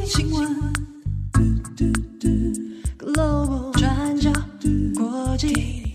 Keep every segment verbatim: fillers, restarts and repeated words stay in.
新闻 Global 转角国际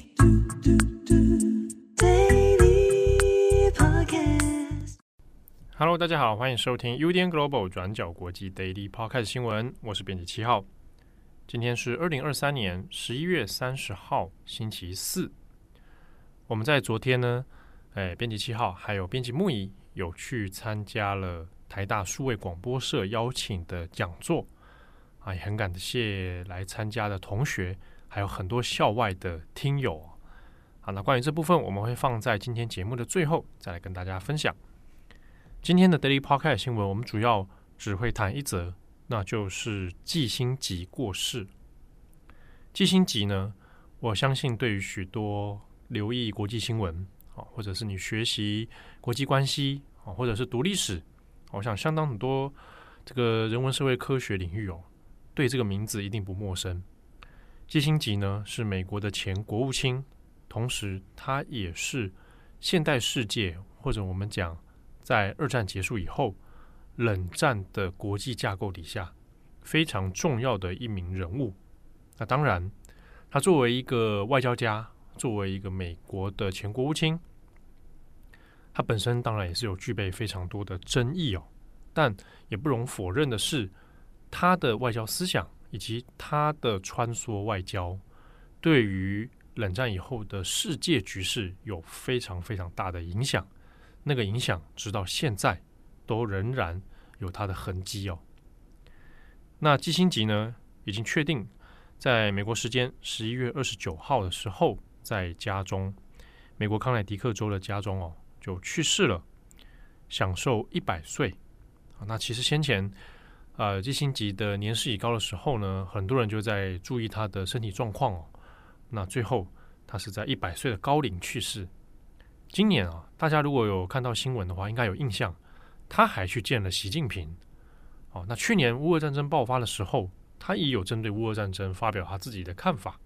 Daily Podcast。 Hello， 大家好，欢迎收听 U D N Global 转角国际 Daily Podcast 新闻，我是编辑七号。今天是二零二三年十一月三十号，星期四。我们在昨天呢，哎，编辑七号还有编辑木仪有去参加了台大数位广播社邀请的讲座啊，也很感谢来参加的同学，还有很多校外的听友。好，那关于这部分，我们会放在今天节目的最后再来跟大家分享。今天的 Daily Podcast 新闻，我们主要只会谈一则，那就是季辛吉过世。季辛吉呢，我相信对于许多留意国际新闻，或者是你学习国际关系，或者是读历史，我想相当很多这个人文社会科学领域哦，对这个名字一定不陌生。季辛吉呢是美国的前国务卿，同时他也是现代世界，或者我们讲在二战结束以后冷战的国际架构底下非常重要的一名人物。那当然他作为一个外交家，作为一个美国的前国务卿，他本身当然也是有具备非常多的争议哦，但也不容否认的是，他的外交思想以及他的穿梭外交，对于冷战以后的世界局势有非常非常大的影响。那个影响直到现在都仍然有它的痕迹哦。那季辛吉呢，已经确定在美国时间十一月二十九号的时候，在家中，美国康乃狄克州的家中哦，就去世了，享受一百岁。那其实先前呃季辛吉的年事已高的时候呢，很多人就在注意他的身体状况哦。那最后他是在一百岁的高龄去世。今年啊，大家如果有看到新闻的话，应该有印象，他还去见了习近平。哦，那去年乌俄战争爆发的时候，他也有针对乌俄战争发表他自己的看法。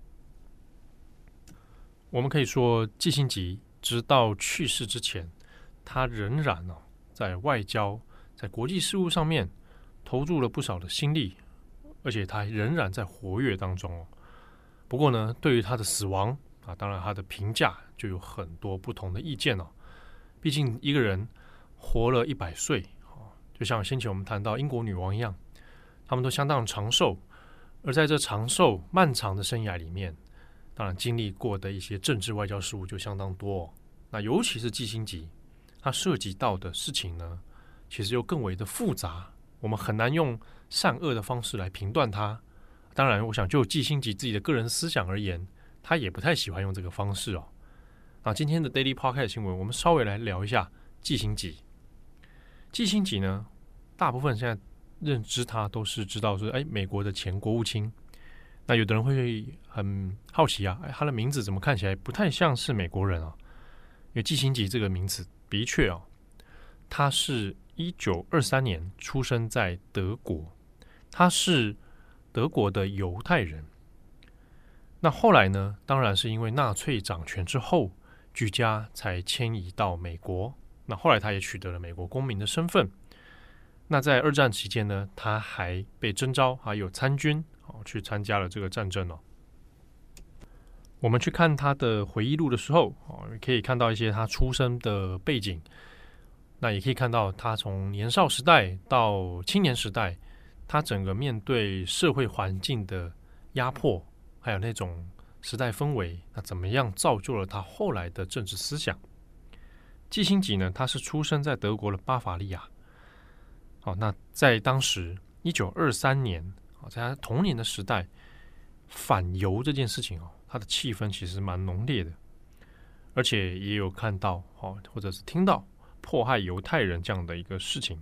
我们可以说，季辛吉直到去世之前，他仍然哦，在外交、在国际事务上面投入了不少的心力，而且他仍然在活跃当中哦。不过呢，对于他的死亡啊，当然他的评价就有很多不同的意见哦。毕竟一个人活了一百岁，就像先前我们谈到英国女王一样，他们都相当长寿，而在这长寿漫长的生涯里面，当然经历过的一些政治外交事务就相当多哦。那尤其是季辛吉，他涉及到的事情呢，其实又更为的复杂，我们很难用善恶的方式来评断他。当然，我想就季辛吉自己的个人思想而言，他也不太喜欢用这个方式哦。那今天的 Daily Podcast 新闻，我们稍微来聊一下季辛吉。季辛吉呢，大部分现在认知他都是知道说，哎，美国的前国务卿。那有的人会很好奇啊，哎，他的名字怎么看起来不太像是美国人啊？因为季辛吉这个名字的确啊，他是一九二三年出生在德国，他是德国的犹太人。那后来呢，当然是因为纳粹掌权之后，举家才迁移到美国。那后来他也取得了美国公民的身份。那在二战期间呢，他还被征召，还有参军，去参加了这个战争哦。我们去看他的回忆录的时候，可以看到一些他出生的背景。那也可以看到他从年少时代到青年时代，他整个面对社会环境的压迫，还有那种时代氛围，那怎么样造就了他后来的政治思想。季辛吉呢，他是出生在德国的巴伐利亚。好，那在当时一九二三年，在他童年的时代，反犹这件事情哦，他的气氛其实蛮浓烈的，而且也有看到或者是听到迫害犹太人这样的一个事情。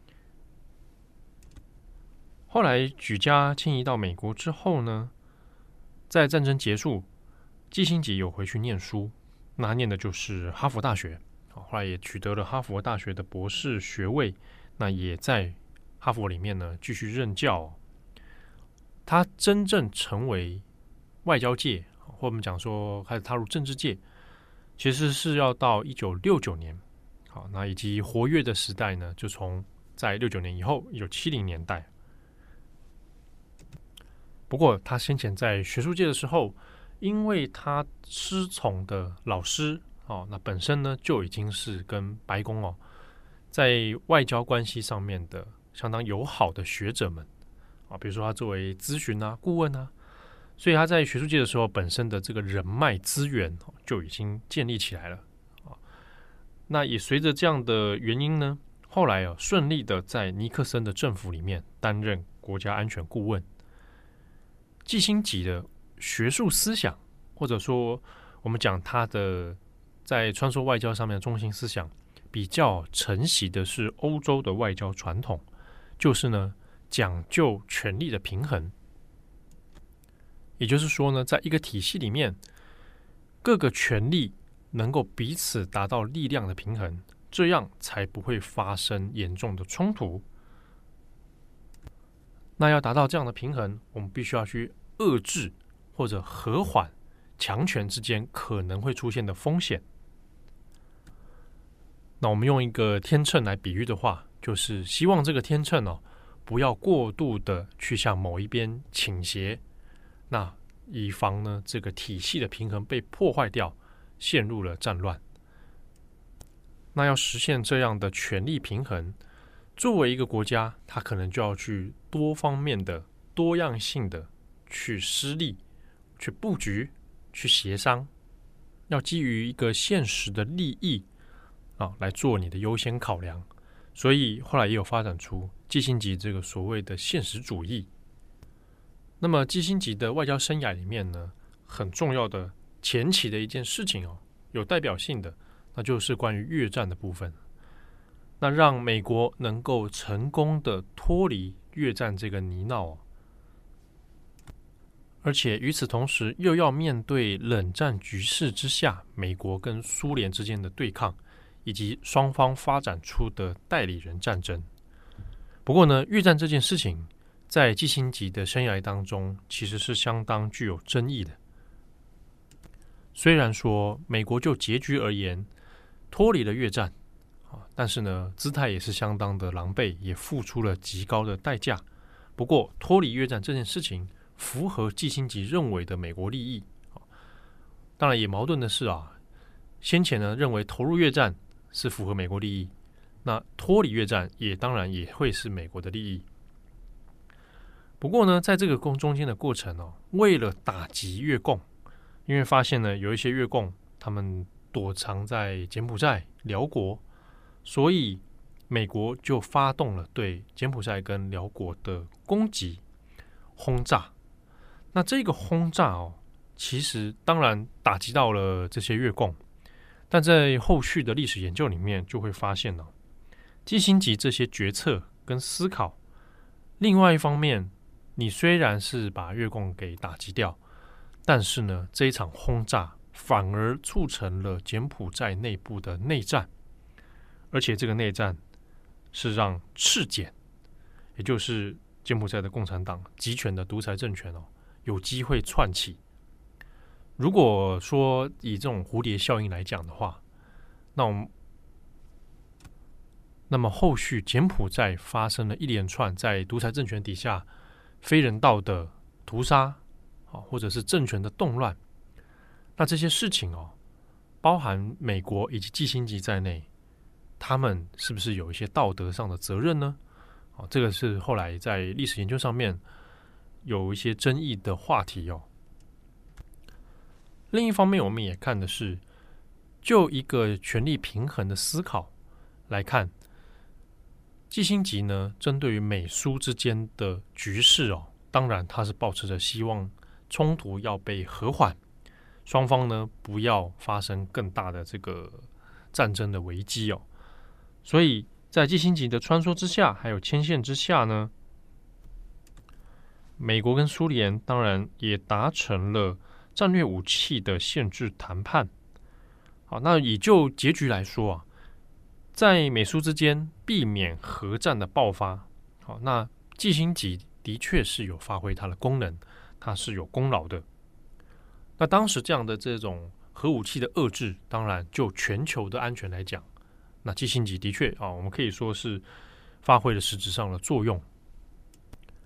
后来举家迁移到美国之后呢，在战争结束，季辛吉有回去念书，那他念的就是哈佛大学，后来也取得了哈佛大学的博士学位，那也在哈佛里面呢继续任教。他真正成为外交界，或我们讲说开始踏入政治界，其实是要到一九六九年。好，那以及活跃的时代呢，就从在六九年以后，一九七零年代。 不过他先前在学术界的时候，因为他师从的老师哦，那本身呢就已经是跟白宫哦在外交关系上面的相当友好的学者们啊，比如说他作为咨询啊、顾问啊，所以他在学术界的时候，本身的这个人脉资源就已经建立起来了啊。那也随着这样的原因呢，后来啊顺利的在尼克森的政府里面担任国家安全顾问。季辛吉的学术思想，或者说我们讲他的在穿梭外交上面的中心思想，比较承袭的是欧洲的外交传统，就是呢讲究权力的平衡。也就是说呢，在一个体系里面，各个权力能够彼此达到力量的平衡，这样才不会发生严重的冲突。那要达到这样的平衡，我们必须要去遏制或者和缓强权之间可能会出现的风险。那我们用一个天秤来比喻的话，就是希望这个天秤哦，不要过度的去向某一边倾斜，那以防呢这个体系的平衡被破坏掉，陷入了战乱。那要实现这样的权力平衡，作为一个国家，它可能就要去多方面的、多样性的去施力、去布局、去协商，要基于一个现实的利益啊来做你的优先考量。所以后来也有发展出季辛吉这个所谓的现实主义。那么季辛吉的外交生涯里面呢，很重要的前期的一件事情哦，有代表性的，那就是关于越战的部分。那让美国能够成功的脱离越战这个泥淖哦，而且与此同时又要面对冷战局势之下美国跟苏联之间的对抗，以及双方发展出的代理人战争。不过呢，越战这件事情在季辛吉的生涯当中其实是相当具有争议的。虽然说美国就结局而言脱离了越战，但是呢姿态也是相当的狼狈，也付出了极高的代价。不过脱离越战这件事情符合季辛吉认为的美国利益。当然也矛盾的是啊，先前呢认为投入越战是符合美国利益，那脱离越战也当然也会是美国的利益。不过呢，在这个中间的过程哦，为了打击越共，因为发现呢有一些越共他们躲藏在柬埔寨、辽国，所以美国就发动了对柬埔寨跟辽国的攻击、轰炸。那这个轰炸哦，其实当然打击到了这些越共，但在后续的历史研究里面就会发现呢、哦，季辛吉这些决策跟思考，另外一方面，你虽然是把越共给打击掉，但是呢，这一场轰炸反而促成了柬埔寨内部的内战，而且这个内战是让赤柬，也就是柬埔寨的共产党集权的独裁政权哦，有机会窜起。如果说以这种蝴蝶效应来讲的话，那我们那么后续柬埔寨发生了一连串在独裁政权底下非人道的屠杀，或者是政权的动乱，那这些事情哦，包含美国以及季辛吉在内，他们是不是有一些道德上的责任呢？哦，这个是后来在历史研究上面有一些争议的话题哦。另一方面，我们也看的是，就一个权力平衡的思考来看，季辛吉呢，针对于美苏之间的局势哦，当然他是抱持着希望冲突要被和缓，双方呢不要发生更大的这个战争的危机哦。所以在季辛吉的穿梭之下，还有牵线之下呢，美国跟苏联当然也达成了战略武器的限制谈判。好，那以就结局来说啊，在美苏之间避免核战的爆发，好，那季辛吉的确是有发挥它的功能，它是有功劳的。那当时这样的这种核武器的遏制，当然就全球的安全来讲，那季辛吉的确啊，我们可以说是发挥了实质上的作用。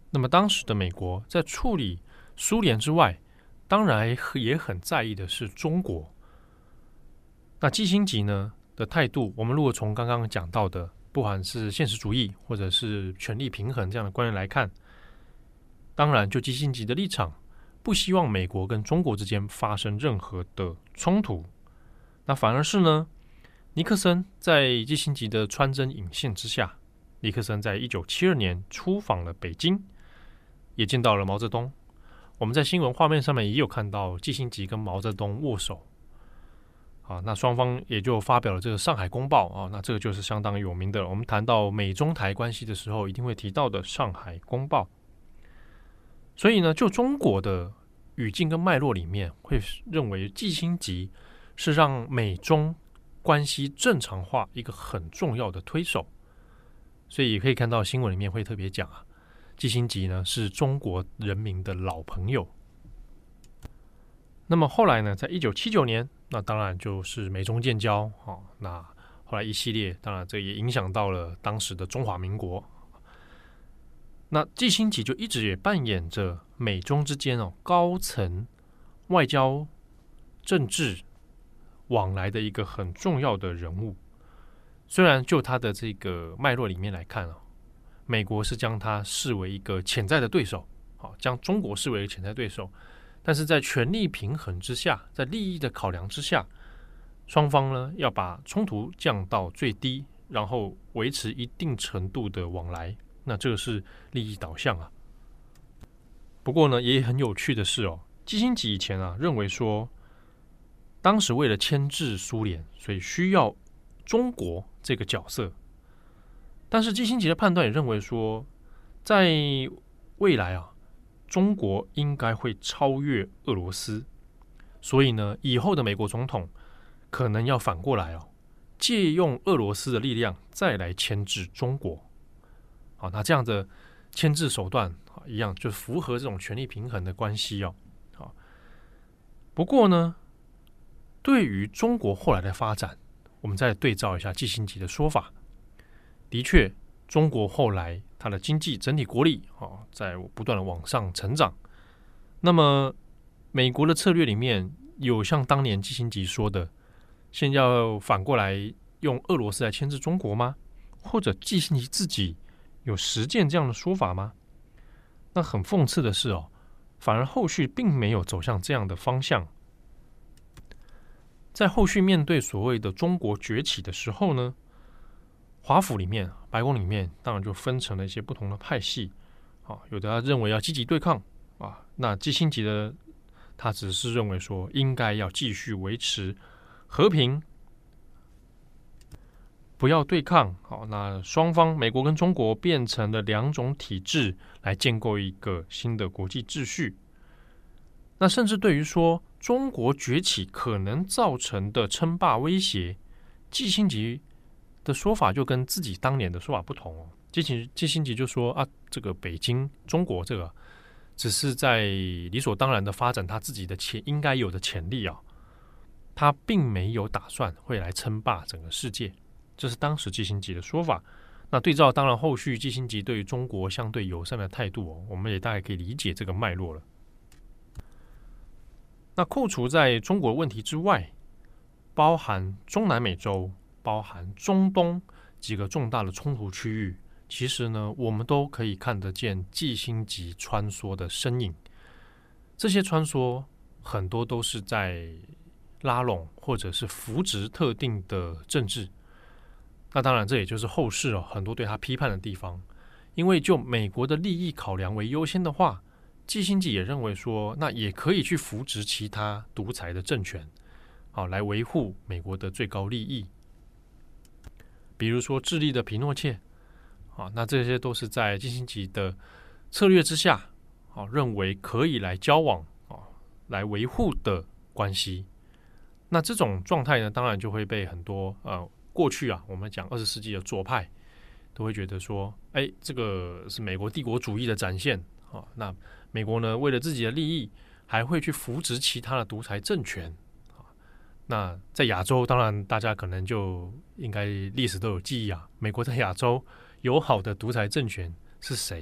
那么当时的美国在处理苏联之外，当然也很在意的是中国。那基辛格呢的态度，我们如果从刚刚讲到的，不管是现实主义或者是权力平衡这样的观念来看，当然就基辛格的立场，不希望美国跟中国之间发生任何的冲突。那反而是呢，尼克森在基辛格的穿针引线之下，尼克森在一九七二年出访了北京，也见到了毛泽东。我们在新闻画面上面也有看到基辛格跟毛泽东握手。啊，那双方也就发表了这个《上海公报》啊，那这个就是相当有名的。我们谈到美中台关系的时候，一定会提到的《上海公报》。所以呢，就中国的语境跟脉络里面，会认为基辛格是让美中关系正常化一个很重要的推手。所以也可以看到新闻里面会特别讲啊，基辛格呢是中国人民的老朋友。那么后来呢，在一九七九年，那当然就是美中建交、哦、那后来一系列，当然这也影响到了当时的中华民国。那基辛格就一直也扮演着美中之间、哦、高层外交政治往来的一个很重要的人物。虽然就他的这个脉络里面来看、哦、美国是将他视为一个潜在的对手、哦、将中国视为一个潜在对手，但是在权力平衡之下，在利益的考量之下，双方呢要把冲突降到最低，然后维持一定程度的往来，那这个是利益导向啊。不过呢，也很有趣的是哦，基辛格以前啊认为说，当时为了牵制苏联，所以需要中国这个角色。但是基辛格的判断也认为说，在未来啊，中国应该会超越俄罗斯，所以呢，以后的美国总统可能要反过来哦，借用俄罗斯的力量再来牵制中国。好，那这样的牵制手段一样，就符合这种权力平衡的关系哦。好，不过呢，对于中国后来的发展，我们再对照一下基辛格的说法，的确，中国后来它的经济整体国力、哦、在不断的往上成长。那么美国的策略里面有像当年基辛格说的，现在要反过来用俄罗斯来牵制中国吗？或者基辛格自己有实践这样的说法吗？那很讽刺的是哦，反而后续并没有走向这样的方向。在后续面对所谓的中国崛起的时候呢，华府里面、白宫里面当然就分成了一些不同的派系啊，有的认为要积极对抗啊，那基辛格的他只是认为说应该要继续维持和平，不要对抗。好，那双方美国跟中国变成了两种体制来建构一个新的国际秩序。那甚至对于说中国崛起可能造成的称霸威胁，基辛格的说法就跟自己当年的说法不同哦。基辛基辛格就说啊，这个北京中国这个只是在理所当然的发展他自己的潜应该有的潜力啊，他并没有打算会来称霸整个世界，这是当时基辛格的说法。那对照当然后续基辛格对于中国相对友善的态度哦，我们也大概可以理解这个脉络了。那扣除在中国问题之外，包含中南美洲、包含中东几个重大的冲突区域，其实呢，我们都可以看得见基辛格穿梭的身影。这些穿梭很多都是在拉拢或者是扶植特定的政治。那当然，这也就是后世哦很多对他批判的地方。因为就美国的利益考量为优先的话，基辛格也认为说，那也可以去扶植其他独裁的政权，好来维护美国的最高利益。比如说智利的皮诺切，啊，那这些都是在基辛格的策略之下，啊，认为可以来交往，啊，来维护的关系。那这种状态呢，当然就会被很多呃过去啊，我们讲二十世纪的左派都会觉得说，哎，这个是美国帝国主义的展现啊。那美国呢，为了自己的利益，还会去扶植其他的独裁政权啊。那在亚洲，当然大家可能就应该历史都有记忆啊，美国在亚洲友好的独裁政权是谁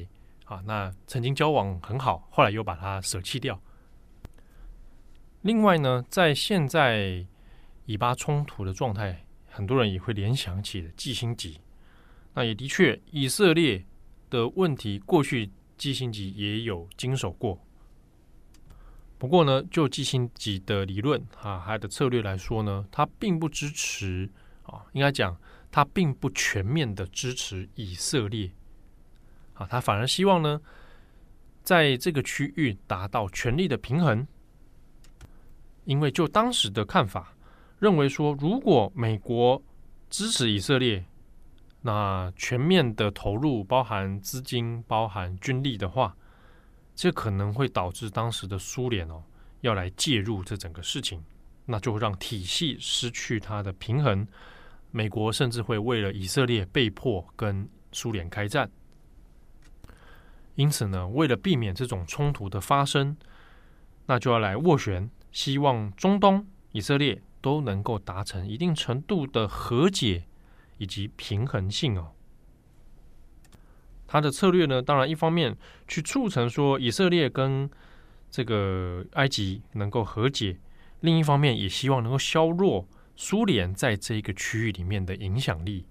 啊，那曾经交往很好，后来又把它舍弃掉。另外呢，在现在以巴冲突的状态，很多人也会联想起了季辛吉。那也的确，以色列的问题过去季辛吉也有经手过。不过呢，就季辛吉的理论啊，他的策略来说呢，他并不支持啊，应该讲他并不全面的支持以色列啊，他反而希望呢，在这个区域达到权力的平衡。因为就当时的看法，认为说，如果美国支持以色列，那全面的投入，包含资金、包含军力的话，这可能会导致当时的苏联哦要来介入这整个事情，那就会让体系失去它的平衡。美国甚至会为了以色列被迫跟苏联开战。因此呢，为了避免这种冲突的发生，那就要来斡旋，希望中东、以色列都能够达成一定程度的和解以及平衡性哦。他的策略呢，当然一方面去促成说以色列跟这个埃及能够和解，另一方面也希望能够削弱苏联在这个区域里面的影响力。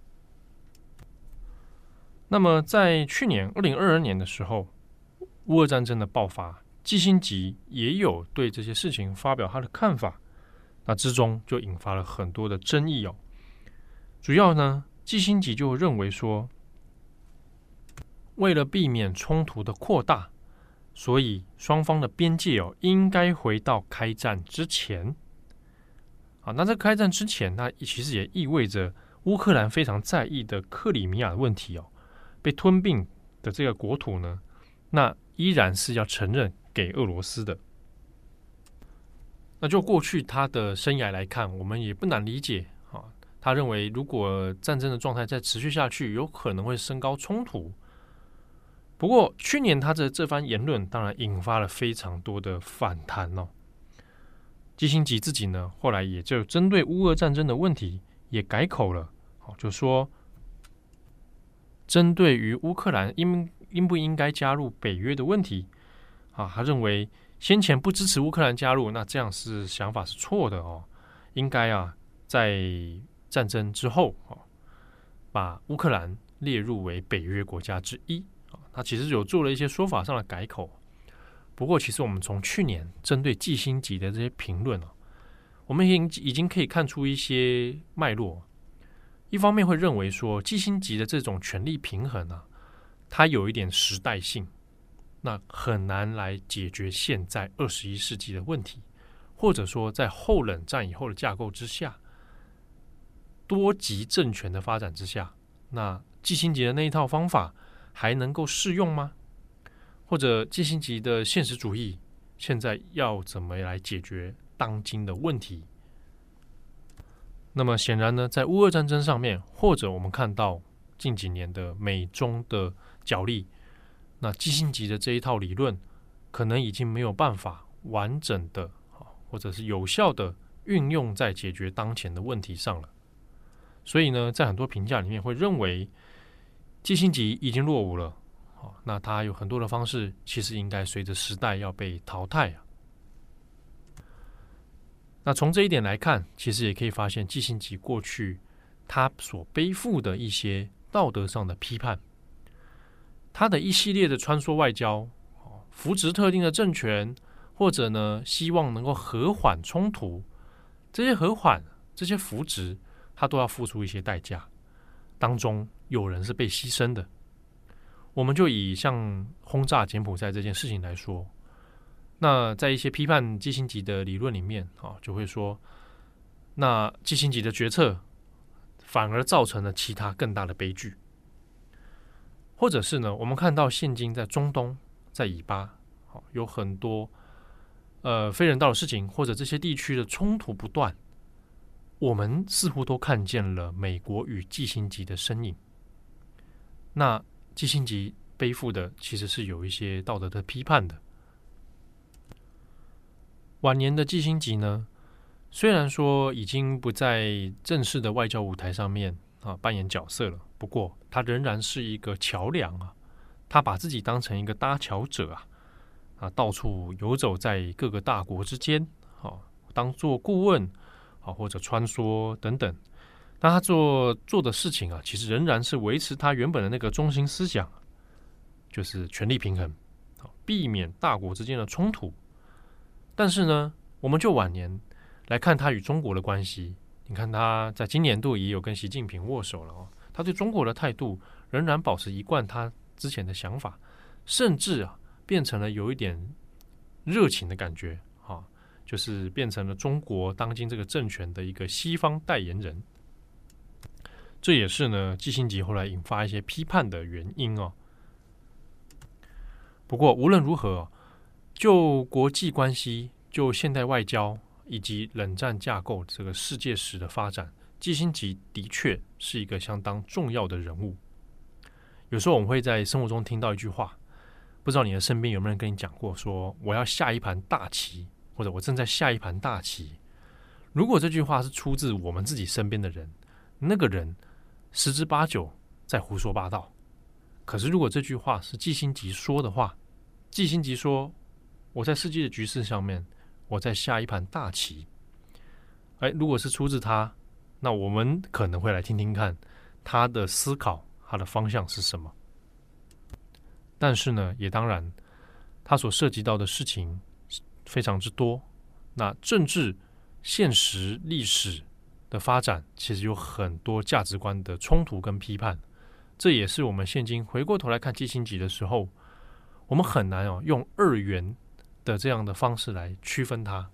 那么在去年二零二二年的时候，乌俄战争的爆发，季辛吉也有对这些事情发表他的看法，那之中就引发了很多的争议哦。主要呢，季辛吉就认为说，为了避免冲突的扩大，所以双方的边界哦应该回到开战之前。啊，那在开战之前，那其实也意味着乌克兰非常在意的克里米亚的问题哦，被吞并的这个国土呢，那依然是要承认给俄罗斯的。那就过去他的生涯来看，我们也不难理解啊。他认为，如果战争的状态再持续下去，有可能会升高冲突。不过，去年他的这番言论当然引发了非常多的反弹哦。基辛吉自己呢，后来也就针对乌俄战争的问题也改口了，就说针对于乌克兰应应不应该加入北约的问题啊，他认为先前不支持乌克兰加入，那这样是想法是错的哦，应该啊在战争之后啊，把乌克兰列入为北约国家之一啊，他其实有做了一些说法上的改口。不过，其实我们从去年针对季辛吉的这些评论啊，我们已经已经可以看出一些脉络。一方面会认为说，季辛吉的这种权力平衡啊，它有一点时代性，那很难来解决现在二十一世纪的问题，或者说在后冷战以后的架构之下，多极政权的发展之下，那季辛吉的那一套方法还能够适用吗？或者季辛吉的现实主义现在要怎么来解决当今的问题？那么显然呢，在乌俄战争上面，或者我们看到近几年的美中的角力，那季辛吉的这一套理论可能已经没有办法完整的或者是有效的运用在解决当前的问题上了。所以呢，在很多评价里面会认为季辛吉已经落伍了，那他有很多的方式其实应该随着时代要被淘汰啊。那从这一点来看，其实也可以发现季辛吉过去他所背负的一些道德上的批判，他的一系列的穿梭外交，扶植特定的政权，或者呢希望能够和缓冲突，这些和缓、这些扶植，他都要付出一些代价，当中有人是被牺牲的。我们就以像轰炸柬埔寨这件事情来说，那在一些批判季辛吉的理论里面啊，就会说，那季辛吉的决策反而造成了其他更大的悲剧，或者是呢，我们看到现今在中东、在以巴，有很多呃非人道的事情，或者这些地区的冲突不断，我们似乎都看见了美国与季辛吉的身影。那季辛吉背负的其实是有一些道德的批判的。晚年的季辛吉呢，虽然说已经不在正式的外交舞台上面啊扮演角色了，不过他仍然是一个桥梁啊， 他把自己当成一个搭桥者啊，啊，到处游走在各个大国之间，啊，当做顾问啊，或者穿梭等等。但他做做的事情啊，其实仍然是维持他原本的那个中心思想，就是权力平衡，避免大国之间的冲突。但是呢，我们就晚年来看他与中国的关系，你看他在今年度也有跟习近平握手了哦，他对中国的态度仍然保持一贯他之前的想法，甚至啊变成了有一点热情的感觉啊，就是变成了中国当今这个政权的一个西方代言人。这也是呢季辛吉后来引发一些批判的原因哦。不过无论如何，就国际关系、就现代外交以及冷战架构这个世界史的发展，季辛吉的确是一个相当重要的人物。有时候我们会在生活中听到一句话，不知道你的身边有没有人跟你讲过，说我要下一盘大棋，或者我正在下一盘大棋。如果这句话是出自我们自己身边的人，那个人十之八九在胡说八道。可是如果这句话是季辛吉说的话，季辛吉说我在世界的局势上面，我在下一盘大棋。哎，如果是出自他，那我们可能会来听听看他的思考，他的方向是什么。但是呢，也当然他所涉及到的事情非常之多，那政治、现实、历史的发展其实有很多价值观的冲突跟批判，这也是我们现今回过头来看季辛吉的时候，我们很难哦用二元的这样的方式来区分它。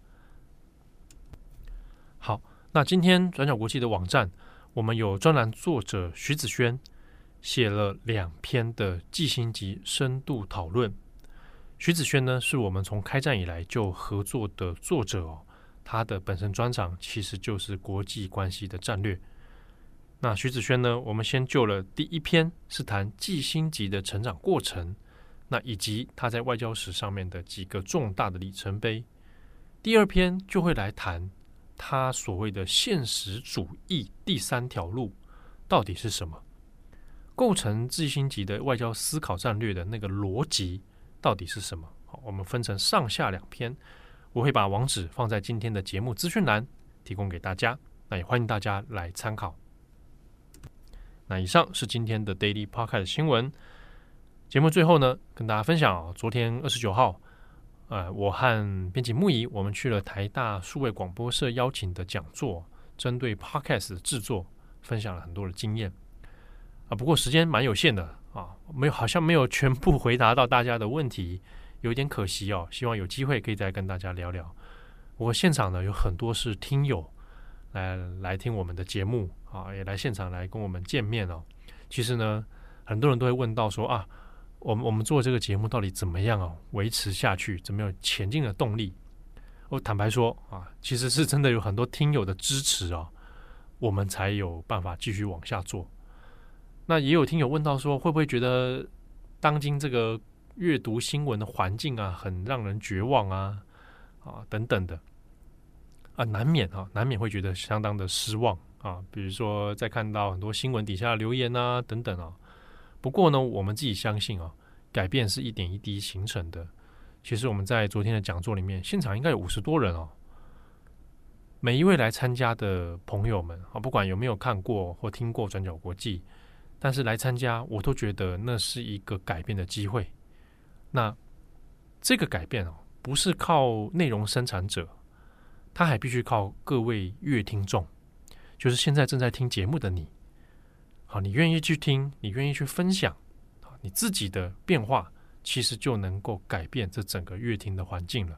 好，那今天转角国际的网站，我们有专栏作者徐子轩写了两篇的季辛吉深度讨论。徐子轩呢，是我们从开战以来就合作的作者哦。他的本身专长其实就是国际关系的战略。那徐子轩呢，我们先就了第一篇是谈季辛吉的成长过程，那以及他在外交史上面的几个重大的里程碑。第二篇就会来谈他所谓的现实主义第三条路到底是什么，构成季辛吉的外交思考战略的那个逻辑到底是什么。好，我们分成上下两篇，我会把网址放在今天的节目资讯栏，提供给大家，那也欢迎大家来参考。那以上是今天的 Daily Podcast 新闻。节目最后呢，跟大家分享、哦、昨天二十九号，呃，我和编辑木仪，我们去了台大数位广播社邀请的讲座，针对 Podcast 的制作，分享了很多的经验。啊，不过时间蛮有限的啊，没有好像没有全部回答到大家的问题。有点可惜哦，希望有机会可以再跟大家聊聊。我现场呢有很多是听友来来听我们的节目啊，也来现场来跟我们见面哦。其实呢，很多人都会问到说啊，我们我们做这个节目到底怎么样哦，维持下去，怎么有前进的动力？我坦白说啊，其实是真的有很多听友的支持哦，我们才有办法继续往下做。那也有听友问到说，会不会觉得当今这个阅读新闻的环境啊，很让人绝望啊，啊等等的啊，难免啊，难免会觉得相当的失望啊。比如说，在看到很多新闻底下的留言啊，等等啊。不过呢，我们自己相信啊，改变是一点一滴形成的。其实我们在昨天的讲座里面，现场应该有五十多人哦。每一位来参加的朋友们啊，不管有没有看过或听过转角国际，但是来参加，我都觉得那是一个改变的机会。那这个改变哦，不是靠内容生产者，他还必须靠各位乐听众，就是现在正在听节目的你。好，你愿意去听，你愿意去分享，你自己的变化，其实就能够改变这整个乐听的环境了。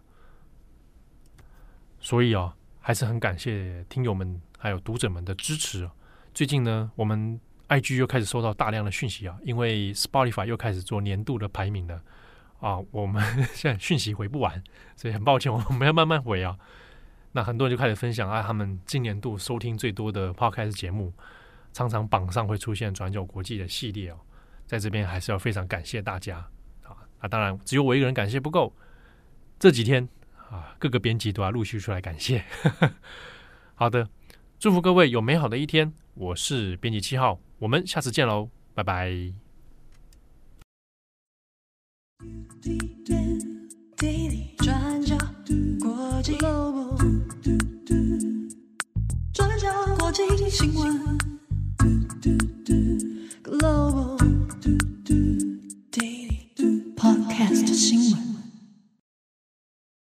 所以哦，还是很感谢听友们还有读者们的支持。最近呢，我们 I G 又开始收到大量的讯息啊，因为 Spotify 又开始做年度的排名了。啊，我们现在讯息回不完，所以很抱歉，我们要慢慢回啊。那很多人就开始分享啊，他们今年度收听最多的 Podcast 节目，常常榜上会出现转角国际的系列哦。在这边还是要非常感谢大家啊。那当然，只有我一个人感谢不够，这几天啊，各个编辑都要陆续出来感谢。好的，祝福各位有美好的一天。我是编辑七号，我们下次见喽，拜拜。 转角国